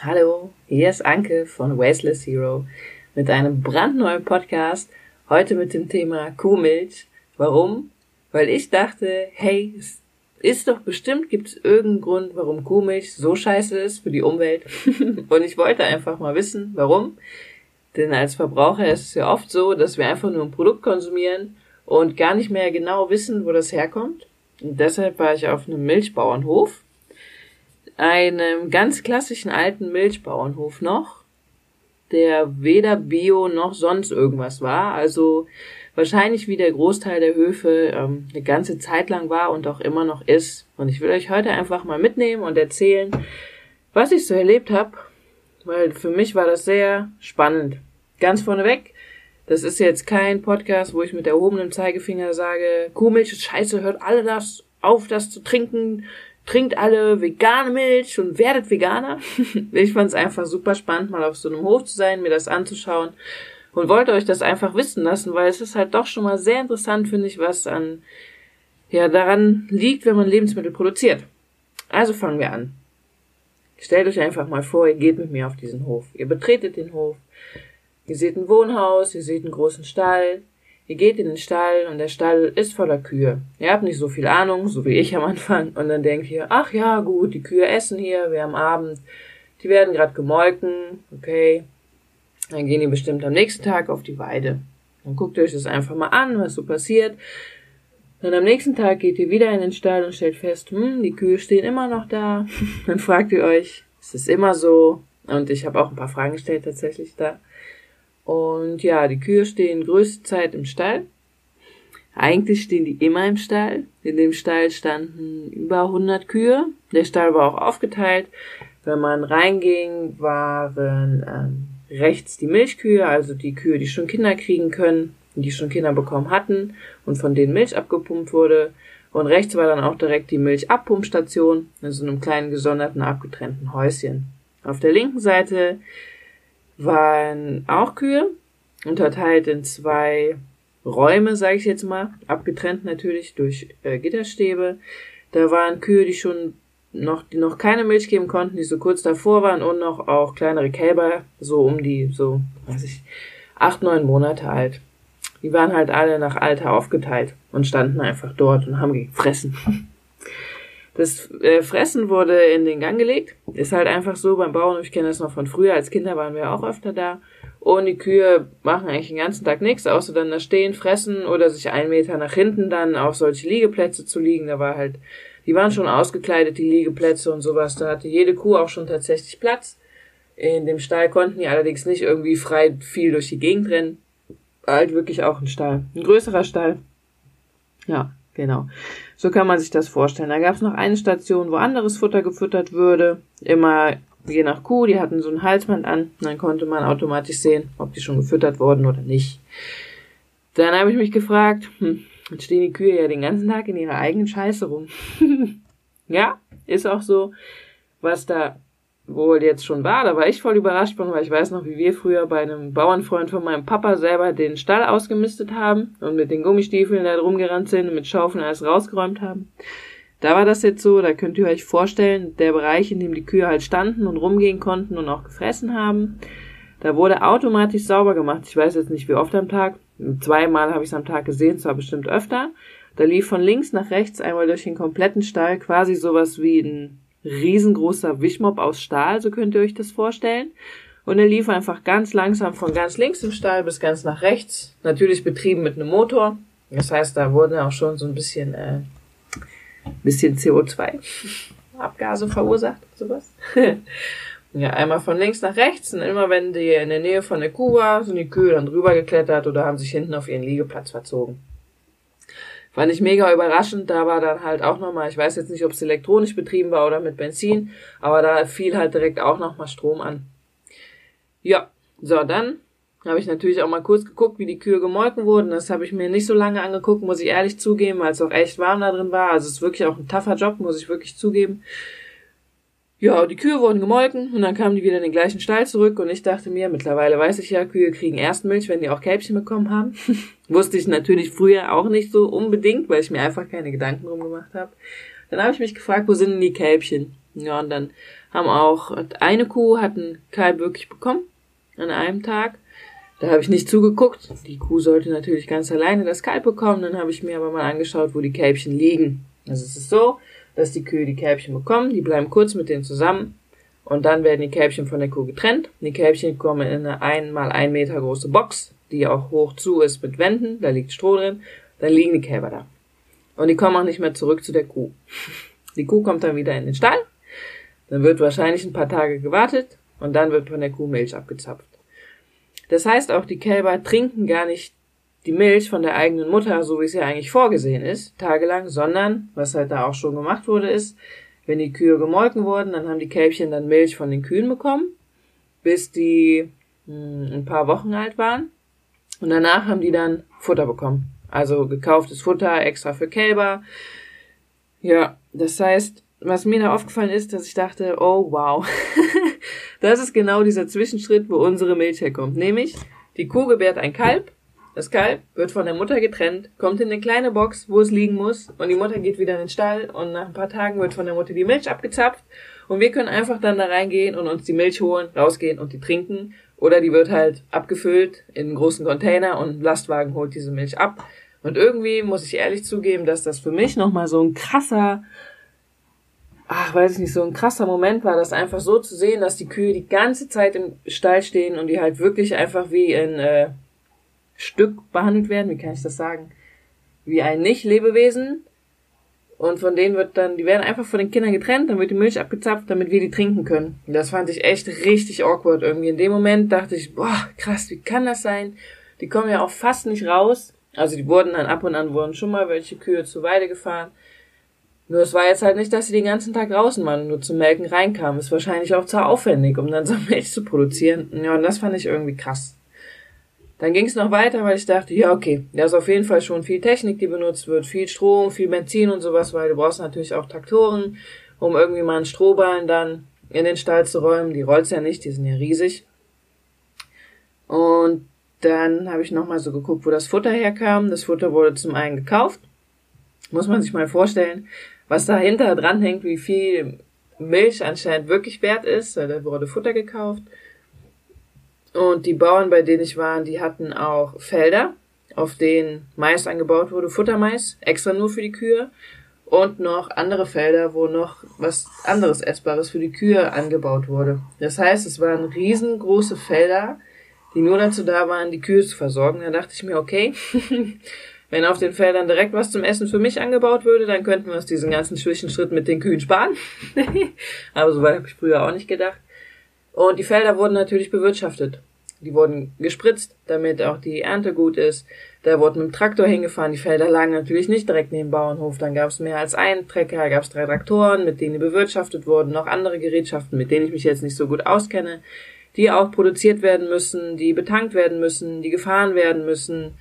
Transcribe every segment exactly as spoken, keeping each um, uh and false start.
Hallo, hier ist Anke von Wasteless Hero mit einem brandneuen Podcast, heute mit dem Thema Kuhmilch. Warum? Weil ich dachte, hey, es ist doch bestimmt, gibt es irgendeinen Grund, warum Kuhmilch so scheiße ist für die Umwelt. Und ich wollte einfach mal wissen, warum. Denn als Verbraucher ist es ja oft so, dass wir einfach nur ein Produkt konsumieren und gar nicht mehr genau wissen, wo das herkommt. Und deshalb war ich auf einem Milchbauernhof, einem ganz klassischen alten Milchbauernhof noch, der weder Bio noch sonst irgendwas war, also wahrscheinlich wie der Großteil der Höfe ähm, eine ganze Zeit lang war und auch immer noch ist. Und ich will euch heute einfach mal mitnehmen und erzählen, was ich so erlebt habe, weil für mich war das sehr spannend. Ganz vorneweg, das ist jetzt kein Podcast, wo ich mit erhobenem Zeigefinger sage, Kuhmilch ist scheiße, hört alle das auf, das zu trinken, trinkt alle vegane Milch und werdet Veganer. Ich fand es einfach super spannend, mal auf so einem Hof zu sein, mir das anzuschauen und wollte euch das einfach wissen lassen, weil es ist halt doch schon mal sehr interessant, finde ich, was an ja daran liegt, wenn man Lebensmittel produziert. Also fangen wir an. Stellt euch einfach mal vor, ihr geht mit mir auf diesen Hof. Ihr betretet den Hof. Ihr seht ein Wohnhaus, ihr seht einen großen Stall. Ihr geht in den Stall und der Stall ist voller Kühe. Ihr habt nicht so viel Ahnung, so wie ich am Anfang. Und dann denkt ihr, ach ja, gut, die Kühe essen hier, wir haben Abend. Die werden gerade gemolken, okay. Dann gehen die bestimmt am nächsten Tag auf die Weide. Dann guckt ihr euch das einfach mal an, was so passiert. Dann am nächsten Tag geht ihr wieder in den Stall und stellt fest, hm, die Kühe stehen immer noch da. Dann fragt ihr euch, ist es immer so? Und ich habe auch ein paar Fragen gestellt tatsächlich da. Und ja, die Kühe stehen größte Zeit im Stall. Eigentlich stehen die immer im Stall. In dem Stall standen über hundert Kühe. Der Stall war auch aufgeteilt. Wenn man reinging, waren ähm, rechts die Milchkühe, also die Kühe, die schon Kinder kriegen können, die schon Kinder bekommen hatten und von denen Milch abgepumpt wurde. Und rechts war dann auch direkt die Milchabpumpstation, in so einem kleinen gesonderten, abgetrennten Häuschen. Auf der linken Seite waren auch Kühe, unterteilt in zwei Räume, sage ich jetzt mal, abgetrennt natürlich durch äh, Gitterstäbe. Da waren Kühe, die schon noch, die noch keine Milch geben konnten, die so kurz davor waren und noch auch kleinere Kälber, so um die, so, weiß ich, acht, neun Monate alt. Die waren halt alle nach Alter aufgeteilt und standen einfach dort und haben gefressen. Das äh, Fressen wurde in den Gang gelegt. Ist halt einfach so beim Bauernhof, ich kenne das noch von früher, als Kinder waren wir auch öfter da. Und die Kühe machen eigentlich den ganzen Tag nichts, außer dann da stehen, fressen oder sich einen Meter nach hinten dann auf solche Liegeplätze zu liegen. Da war halt, die waren schon ausgekleidet, die Liegeplätze und sowas. Da hatte jede Kuh auch schon tatsächlich Platz. In dem Stall konnten die allerdings nicht irgendwie frei viel durch die Gegend rennen. War halt wirklich auch ein Stall. Ein größerer Stall. Ja, genau. So kann man sich das vorstellen. Da gab es noch eine Station, wo anderes Futter gefüttert würde. Immer je nach Kuh, die hatten so ein Halsband an. Und dann konnte man automatisch sehen, ob die schon gefüttert wurden oder nicht. Dann habe ich mich gefragt, hm, jetzt stehen die Kühe ja den ganzen Tag in ihrer eigenen Scheiße rum. Ja, ist auch so, was da wohl jetzt schon war. Da war ich voll überrascht von, weil ich weiß noch, wie wir früher bei einem Bauernfreund von meinem Papa selber den Stall ausgemistet haben und mit den Gummistiefeln da rumgerannt sind und mit Schaufeln alles rausgeräumt haben. Da war das jetzt so, da könnt ihr euch vorstellen, der Bereich, in dem die Kühe halt standen und rumgehen konnten und auch gefressen haben, da wurde automatisch sauber gemacht. Ich weiß jetzt nicht, wie oft am Tag. Zweimal habe ich es am Tag gesehen, zwar bestimmt öfter. Da lief von links nach rechts einmal durch den kompletten Stall quasi sowas wie ein riesengroßer Wischmopp aus Stahl, so könnt ihr euch das vorstellen. Und er lief einfach ganz langsam von ganz links im Stall bis ganz nach rechts. Natürlich betrieben mit einem Motor. Das heißt, da wurden auch schon so ein bisschen, äh, bisschen C O zwei Abgase verursacht, sowas. Ja, einmal von links nach rechts und immer wenn die in der Nähe von der Kuh war, sind die Kühe dann drüber geklettert oder haben sich hinten auf ihren Liegeplatz verzogen. Fand ich mega überraschend, da war dann halt auch nochmal, ich weiß jetzt nicht, ob es elektronisch betrieben war oder mit Benzin, aber da fiel halt direkt auch nochmal Strom an. Ja, so, dann habe ich natürlich auch mal kurz geguckt, wie die Kühe gemolken wurden. Das habe ich mir nicht so lange angeguckt, muss ich ehrlich zugeben, weil es auch echt warm da drin war. Also es ist wirklich auch ein tougher Job, muss ich wirklich zugeben. Ja, die Kühe wurden gemolken und dann kamen die wieder in den gleichen Stall zurück und ich dachte mir, mittlerweile weiß ich ja, Kühe kriegen erst Milch, wenn die auch Kälbchen bekommen haben. Wusste ich natürlich früher auch nicht so unbedingt, weil ich mir einfach keine Gedanken drum gemacht habe. Dann habe ich mich gefragt, wo sind denn die Kälbchen? Ja, und dann haben auch, eine Kuh hat einen Kalb wirklich bekommen, an einem Tag. Da habe ich nicht zugeguckt. Die Kuh sollte natürlich ganz alleine das Kalb bekommen. Dann habe ich mir aber mal angeschaut, wo die Kälbchen liegen. Also es ist so, dass die Kühe die Kälbchen bekommen, die bleiben kurz mit denen zusammen und dann werden die Kälbchen von der Kuh getrennt. Die Kälbchen kommen in eine ein mal ein Meter große Box, die auch hoch zu ist mit Wänden, da liegt Stroh drin, dann liegen die Kälber da. Und die kommen auch nicht mehr zurück zu der Kuh. Die Kuh kommt dann wieder in den Stall, dann wird wahrscheinlich ein paar Tage gewartet und dann wird von der Kuh Milch abgezapft. Das heißt auch, die Kälber trinken gar nicht die Milch von der eigenen Mutter, so wie es ja eigentlich vorgesehen ist, tagelang, sondern, was halt da auch schon gemacht wurde, ist, wenn die Kühe gemolken wurden, dann haben die Kälbchen dann Milch von den Kühen bekommen, bis die mh, ein paar Wochen alt waren. Und danach haben die dann Futter bekommen. Also gekauftes Futter, extra für Kälber. Ja, das heißt, was mir da aufgefallen ist, dass ich dachte, oh wow, das ist genau dieser Zwischenschritt, wo unsere Milch herkommt. Nämlich, die Kuh gebärt ein Kalb, das Kalb wird von der Mutter getrennt, kommt in eine kleine Box, wo es liegen muss, und die Mutter geht wieder in den Stall und nach ein paar Tagen wird von der Mutter die Milch abgezapft und wir können einfach dann da reingehen und uns die Milch holen, rausgehen und die trinken, oder die wird halt abgefüllt in einen großen Container und ein Lastwagen holt diese Milch ab. Und irgendwie muss ich ehrlich zugeben, dass das für mich nochmal so ein krasser, ach, weiß ich nicht, so ein krasser Moment war, das einfach so zu sehen, dass die Kühe die ganze Zeit im Stall stehen und die halt wirklich einfach wie ein äh, Stück behandelt werden, wie kann ich das sagen, wie ein Nicht-Lebewesen, und von denen wird dann, die werden einfach von den Kindern getrennt, dann wird die Milch abgezapft, damit wir die trinken können. Und das fand ich echt richtig awkward irgendwie. In dem Moment dachte ich, boah, krass, wie kann das sein? Die kommen ja auch fast nicht raus. Also die wurden dann ab und an, wurden schon mal welche Kühe zur Weide gefahren. Nur es war jetzt halt nicht, dass sie den ganzen Tag draußen waren und nur zum Melken reinkamen. Ist wahrscheinlich auch zu aufwendig, um dann so Milch zu produzieren. Ja, und das fand ich irgendwie krass. Dann ging es noch weiter, weil ich dachte, ja okay, da ist auf jeden Fall schon viel Technik, die benutzt wird, viel Strom, viel Benzin und sowas, weil du brauchst natürlich auch Traktoren, um irgendwie mal einen Strohballen dann in den Stall zu räumen. Die rollt's ja nicht, die sind ja riesig. Und dann habe ich nochmal so geguckt, wo das Futter herkam. Das Futter wurde zum einen gekauft. Muss man sich mal vorstellen, was dahinter dran hängt, wie viel Milch anscheinend wirklich wert ist. Da wurde Futter gekauft. Und die Bauern, bei denen ich war, die hatten auch Felder, auf denen Mais angebaut wurde, Futtermais, extra nur für die Kühe. Und noch andere Felder, wo noch was anderes Essbares für die Kühe angebaut wurde. Das heißt, es waren riesengroße Felder, die nur dazu da waren, die Kühe zu versorgen. Da dachte ich mir, okay, wenn auf den Feldern direkt was zum Essen für mich angebaut würde, dann könnten wir uns diesen ganzen Zwischenschritt mit den Kühen sparen. Aber so weit habe ich früher auch nicht gedacht. Und die Felder wurden natürlich bewirtschaftet. Die wurden gespritzt, damit auch die Ernte gut ist. Da wurde mit dem Traktor hingefahren. Die Felder lagen natürlich nicht direkt neben dem Bauernhof. Dann gab es mehr als einen Trecker, gab es drei Traktoren, mit denen die bewirtschaftet wurden, noch andere Gerätschaften, mit denen ich mich jetzt nicht so gut auskenne, die auch produziert werden müssen, die betankt werden müssen, die gefahren werden müssen.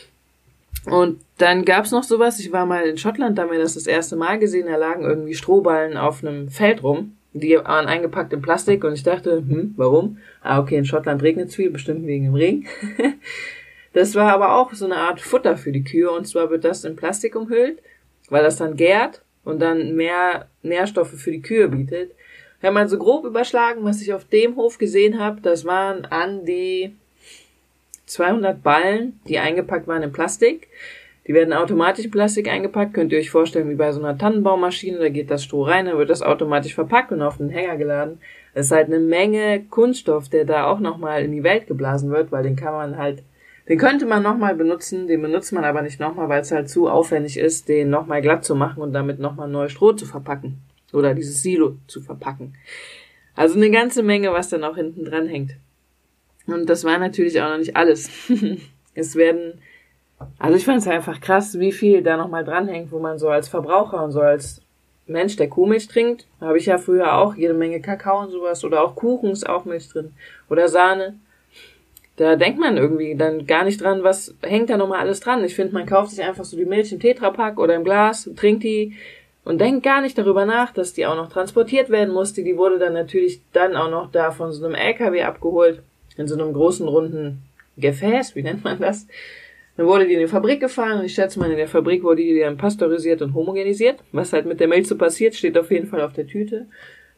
Und dann gab's noch sowas, ich war mal in Schottland, da haben wir das das erste Mal gesehen, da lagen irgendwie Strohballen auf einem Feld rum. Die waren eingepackt in Plastik und ich dachte, hm, warum? Ah, okay, in Schottland regnet es viel, bestimmt wegen dem Regen. Das war aber auch so eine Art Futter für die Kühe, und zwar wird das in Plastik umhüllt, weil das dann gärt und dann mehr Nährstoffe für die Kühe bietet. Wir haben also grob überschlagen, was ich auf dem Hof gesehen habe, das waren an die zweihundert Ballen, die eingepackt waren in Plastik. Die werden automatisch in Plastik eingepackt, könnt ihr euch vorstellen, wie bei so einer Tannenbaumaschine, da geht das Stroh rein, dann wird das automatisch verpackt und auf den Hänger geladen. Das ist halt eine Menge Kunststoff, der da auch nochmal in die Welt geblasen wird, weil den kann man halt, den könnte man nochmal benutzen, den benutzt man aber nicht nochmal, weil es halt zu aufwendig ist, den nochmal glatt zu machen und damit nochmal neues Stroh zu verpacken. Oder dieses Silo zu verpacken. Also eine ganze Menge, was dann auch hinten dran hängt. Und das war natürlich auch noch nicht alles. Es werden, also ich fand es einfach krass, wie viel da nochmal dranhängt, wo man so als Verbraucher und so als Mensch, der Kuhmilch trinkt, da habe ich ja früher auch jede Menge Kakao und sowas, oder auch Kuchen ist auch Milch drin, oder Sahne. Da denkt man irgendwie dann gar nicht dran, was hängt da nochmal alles dran. Ich finde, man kauft sich einfach so die Milch im Tetrapack oder im Glas, trinkt die und denkt gar nicht darüber nach, dass die auch noch transportiert werden musste. Die wurde dann natürlich dann auch noch da von so einem L K W abgeholt, in so einem großen, runden Gefäß, wie nennt man das? Dann wurde die in die Fabrik gefahren und ich schätze mal, in der Fabrik wurde die dann pasteurisiert und homogenisiert. Was halt mit der Milch so passiert, steht auf jeden Fall auf der Tüte.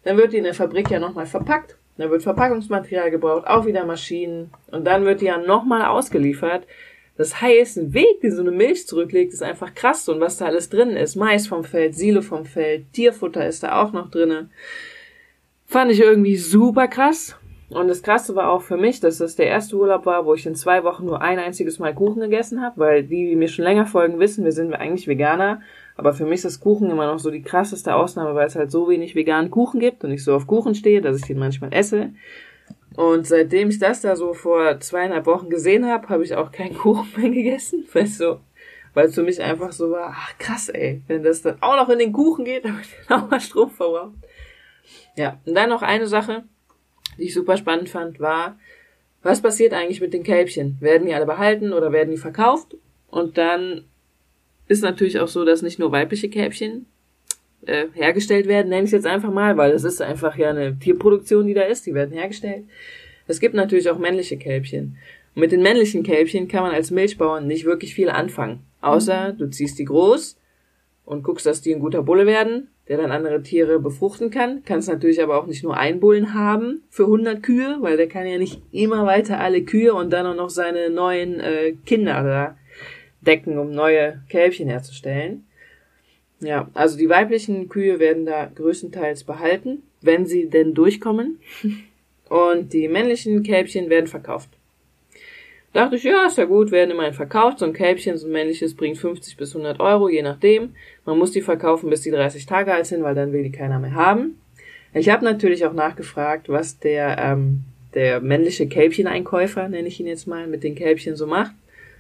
Dann wird die in der Fabrik ja nochmal verpackt. Dann wird Verpackungsmaterial gebraucht, auch wieder Maschinen. Und dann wird die ja nochmal ausgeliefert. Das heißt, ein Weg, den so eine Milch zurücklegt, ist einfach krass. Und was da alles drin ist, Mais vom Feld, Silo vom Feld, Tierfutter ist da auch noch drinne. Fand ich irgendwie super krass. Und das Krasse war auch für mich, dass das der erste Urlaub war, wo ich in zwei Wochen nur ein einziges Mal Kuchen gegessen habe, weil die, die mir schon länger folgen, wissen, wir sind eigentlich Veganer, aber für mich ist das Kuchen immer noch so die krasseste Ausnahme, weil es halt so wenig veganen Kuchen gibt und ich so auf Kuchen stehe, dass ich den manchmal esse. Und seitdem ich das da so vor zweieinhalb Wochen gesehen habe, habe ich auch keinen Kuchen mehr gegessen, weißt du, weil es für mich einfach so war, ach krass ey, wenn das dann auch noch in den Kuchen geht, dann wird dann auch mal Strom verbraucht. Ja, und dann noch eine Sache, die ich super spannend fand, war, was passiert eigentlich mit den Kälbchen? Werden die alle behalten oder werden die verkauft? Und dann ist natürlich auch so, dass nicht nur weibliche Kälbchen äh, hergestellt werden, nenne ich es jetzt einfach mal, weil das ist einfach ja eine Tierproduktion, die da ist, die werden hergestellt. Es gibt natürlich auch männliche Kälbchen. Und mit den männlichen Kälbchen kann man als Milchbauern nicht wirklich viel anfangen. Außer du ziehst die groß und guckst, dass die ein guter Bulle werden, der dann andere Tiere befruchten kann. Kannst natürlich aber auch nicht nur einen Bullen haben für hundert Kühe, weil der kann ja nicht immer weiter alle Kühe und dann auch noch seine neuen äh, Kinder da decken, um neue Kälbchen herzustellen. Ja, also die weiblichen Kühe werden da größtenteils behalten, wenn sie denn durchkommen. Und die männlichen Kälbchen werden verkauft. Dachte ich, ja, ist ja gut, werden immerhin verkauft. So ein Kälbchen, so ein männliches, bringt fünfzig bis hundert Euro, je nachdem. Man muss die verkaufen, bis die dreißig Tage alt sind, weil dann will die keiner mehr haben. Ich habe natürlich auch nachgefragt, was der ähm, der männliche Kälbcheneinkäufer, nenne ich ihn jetzt mal, mit den Kälbchen so macht.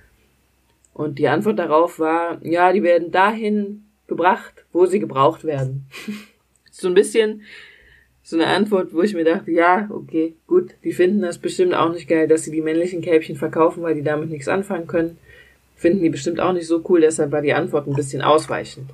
Und die Antwort darauf war, ja, die werden dahin gebracht, wo sie gebraucht werden. So ein bisschen so eine Antwort, wo ich mir dachte, ja, okay, gut, die finden das bestimmt auch nicht geil, dass sie die männlichen Kälbchen verkaufen, weil die damit nichts anfangen können. Finden die bestimmt auch nicht so cool, deshalb war die Antwort ein bisschen ausweichend.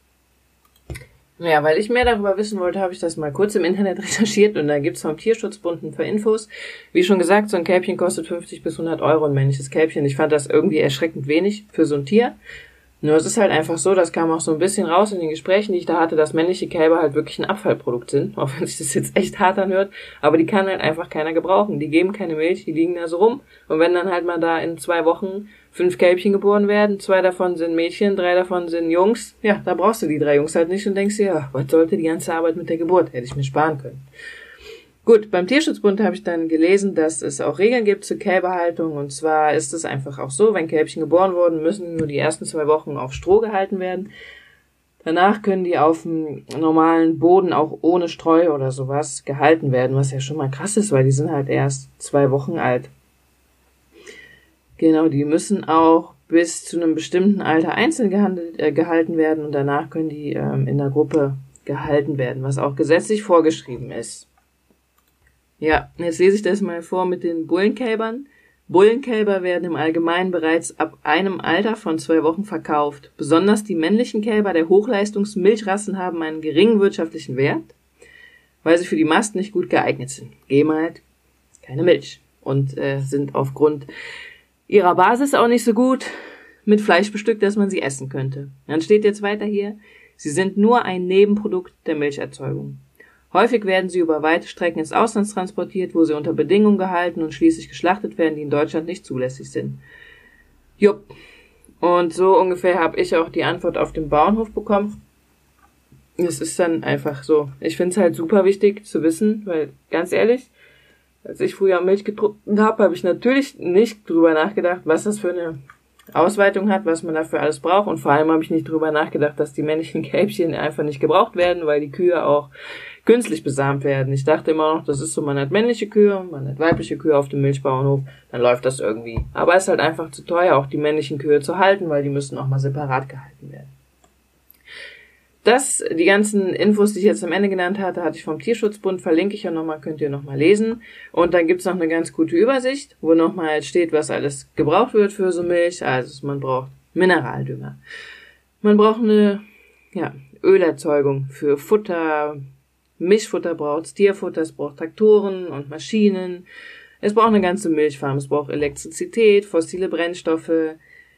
Naja, weil ich mehr darüber wissen wollte, habe ich das mal kurz im Internet recherchiert und da gibt's vom Tierschutzbund ein paar Infos. Wie schon gesagt, so ein Kälbchen kostet fünfzig bis hundert Euro, ein männliches Kälbchen. Ich fand das irgendwie erschreckend wenig für so ein Tier. Nur es ist halt einfach so, das kam auch so ein bisschen raus in den Gesprächen, die ich da hatte, dass männliche Kälber halt wirklich ein Abfallprodukt sind, auch wenn sich das jetzt echt hart anhört, aber die kann halt einfach keiner gebrauchen. Die geben keine Milch, die liegen da so rum und wenn dann halt mal da in zwei Wochen fünf Kälbchen geboren werden, zwei davon sind Mädchen, drei davon sind Jungs, ja, da brauchst du die drei Jungs halt nicht und denkst dir, ja, was sollte die ganze Arbeit mit der Geburt, hätte ich mir sparen können. Gut, beim Tierschutzbund habe ich dann gelesen, dass es auch Regeln gibt zur Kälberhaltung. Und zwar ist es einfach auch so, wenn Kälbchen geboren wurden, müssen nur die ersten zwei Wochen auf Stroh gehalten werden. Danach können die auf dem normalen Boden auch ohne Streu oder sowas gehalten werden, was ja schon mal krass ist, weil die sind halt erst zwei Wochen alt. Genau, die müssen auch bis zu einem bestimmten Alter einzeln gehandelt, äh, gehalten werden und danach können die ähm, in der Gruppe gehalten werden, was auch gesetzlich vorgeschrieben ist. Ja, jetzt lese ich das mal vor mit den Bullenkälbern. Bullenkälber werden im Allgemeinen bereits ab einem Alter von zwei Wochen verkauft. Besonders die männlichen Kälber der Hochleistungsmilchrassen haben einen geringen wirtschaftlichen Wert, weil sie für die Mast nicht gut geeignet sind. Geben halt keine Milch und äh, sind aufgrund ihrer Basis auch nicht so gut mit Fleisch bestückt, dass man sie essen könnte. Dann steht jetzt weiter hier, sie sind nur ein Nebenprodukt der Milcherzeugung. Häufig werden sie über weite Strecken ins Ausland transportiert, wo sie unter Bedingungen gehalten und schließlich geschlachtet werden, die in Deutschland nicht zulässig sind. Jupp. Und so ungefähr habe ich auch die Antwort auf dem Bauernhof bekommen. Es ist dann einfach so. Ich finde es halt super wichtig zu wissen, weil ganz ehrlich, als ich früher Milch getrunken habe, habe ich natürlich nicht drüber nachgedacht, was das für eine Ausweitung hat, was man dafür alles braucht. Und vor allem habe ich nicht drüber nachgedacht, dass die männlichen Kälbchen einfach nicht gebraucht werden, weil die Kühe auch künstlich besamt werden. Ich dachte immer noch, das ist so, man hat männliche Kühe, man hat weibliche Kühe auf dem Milchbauernhof, dann läuft das irgendwie. Aber es ist halt einfach zu teuer, auch die männlichen Kühe zu halten, weil die müssen auch mal separat gehalten werden. Das, die ganzen Infos, die ich jetzt am Ende genannt hatte, hatte ich vom Tierschutzbund, verlinke ich ja nochmal, könnt ihr nochmal lesen. Und dann gibt's noch eine ganz gute Übersicht, wo nochmal steht, was alles gebraucht wird für so Milch. Also man braucht Mineraldünger. Man braucht eine ja, Ölerzeugung für Futter, Mischfutter braucht's, Tierfutter, es braucht Traktoren und Maschinen. Es braucht eine ganze Milchfarm, es braucht Elektrizität, fossile Brennstoffe.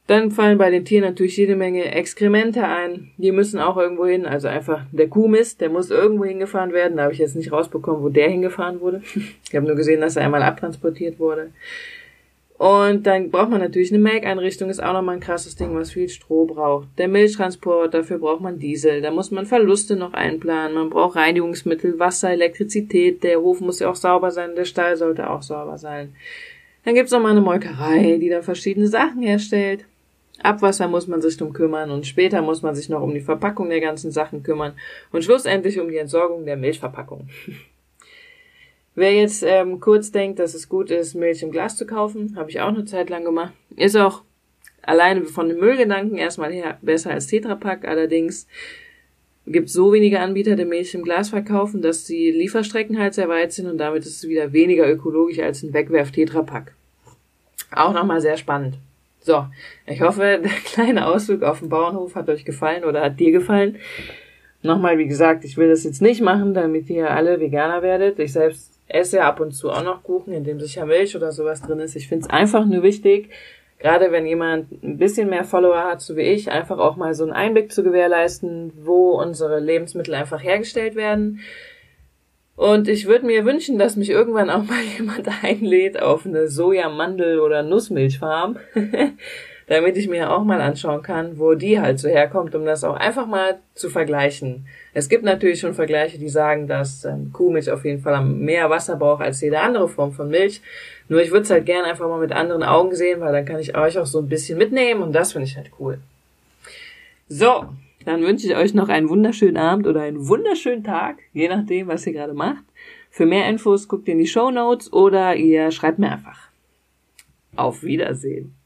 Dann fallen bei den Tieren natürlich jede Menge Exkremente ein. Die müssen auch irgendwo hin. Also einfach der Kuhmist, der muss irgendwo hingefahren werden. Da habe ich jetzt nicht rausbekommen, wo der hingefahren wurde. Ich habe nur gesehen, dass er einmal abtransportiert wurde. Und dann braucht man natürlich eine Melkeinrichtung, ist auch nochmal ein krasses Ding, was viel Stroh braucht. Der Milchtransport, dafür braucht man Diesel. Da muss man Verluste noch einplanen. Man braucht Reinigungsmittel, Wasser, Elektrizität. Der Hof muss ja auch sauber sein, der Stall sollte auch sauber sein. Dann gibt's noch mal eine Molkerei, die da verschiedene Sachen herstellt. Abwasser muss man sich drum kümmern und später muss man sich noch um die Verpackung der ganzen Sachen kümmern und schlussendlich um die Entsorgung der Milchverpackung. Wer jetzt ähm, kurz denkt, dass es gut ist, Milch im Glas zu kaufen, habe ich auch eine Zeit lang gemacht, ist auch alleine von den Müllgedanken erstmal her besser als Tetrapack. Allerdings gibt es so wenige Anbieter, die Milch im Glas verkaufen, dass die Lieferstrecken halt sehr weit sind und damit ist es wieder weniger ökologisch als ein Wegwerf-Tetrapack. Auch nochmal sehr spannend. So, ich hoffe, der kleine Ausflug auf den Bauernhof hat euch gefallen oder hat dir gefallen. Nochmal, wie gesagt, ich will das jetzt nicht machen, damit ihr alle Veganer werdet. Ich selbst esse ja ab und zu auch noch Kuchen, in dem sicher Milch oder sowas drin ist. Ich finde es einfach nur wichtig, gerade wenn jemand ein bisschen mehr Follower hat, so wie ich, einfach auch mal so einen Einblick zu gewährleisten, wo unsere Lebensmittel einfach hergestellt werden. Und ich würde mir wünschen, dass mich irgendwann auch mal jemand einlädt auf eine Soja-, Mandel- oder Nussmilchfarm, damit ich mir auch mal anschauen kann, wo die halt so herkommt, um das auch einfach mal zu vergleichen. Es gibt natürlich schon Vergleiche, die sagen, dass ähm, Kuhmilch auf jeden Fall mehr Wasser braucht als jede andere Form von Milch. Nur ich würde es halt gerne einfach mal mit anderen Augen sehen, weil dann kann ich euch auch so ein bisschen mitnehmen und das finde ich halt cool. So, dann wünsche ich euch noch einen wunderschönen Abend oder einen wunderschönen Tag, je nachdem, was ihr gerade macht. Für mehr Infos guckt ihr in die Shownotes oder ihr schreibt mir einfach. Auf Wiedersehen.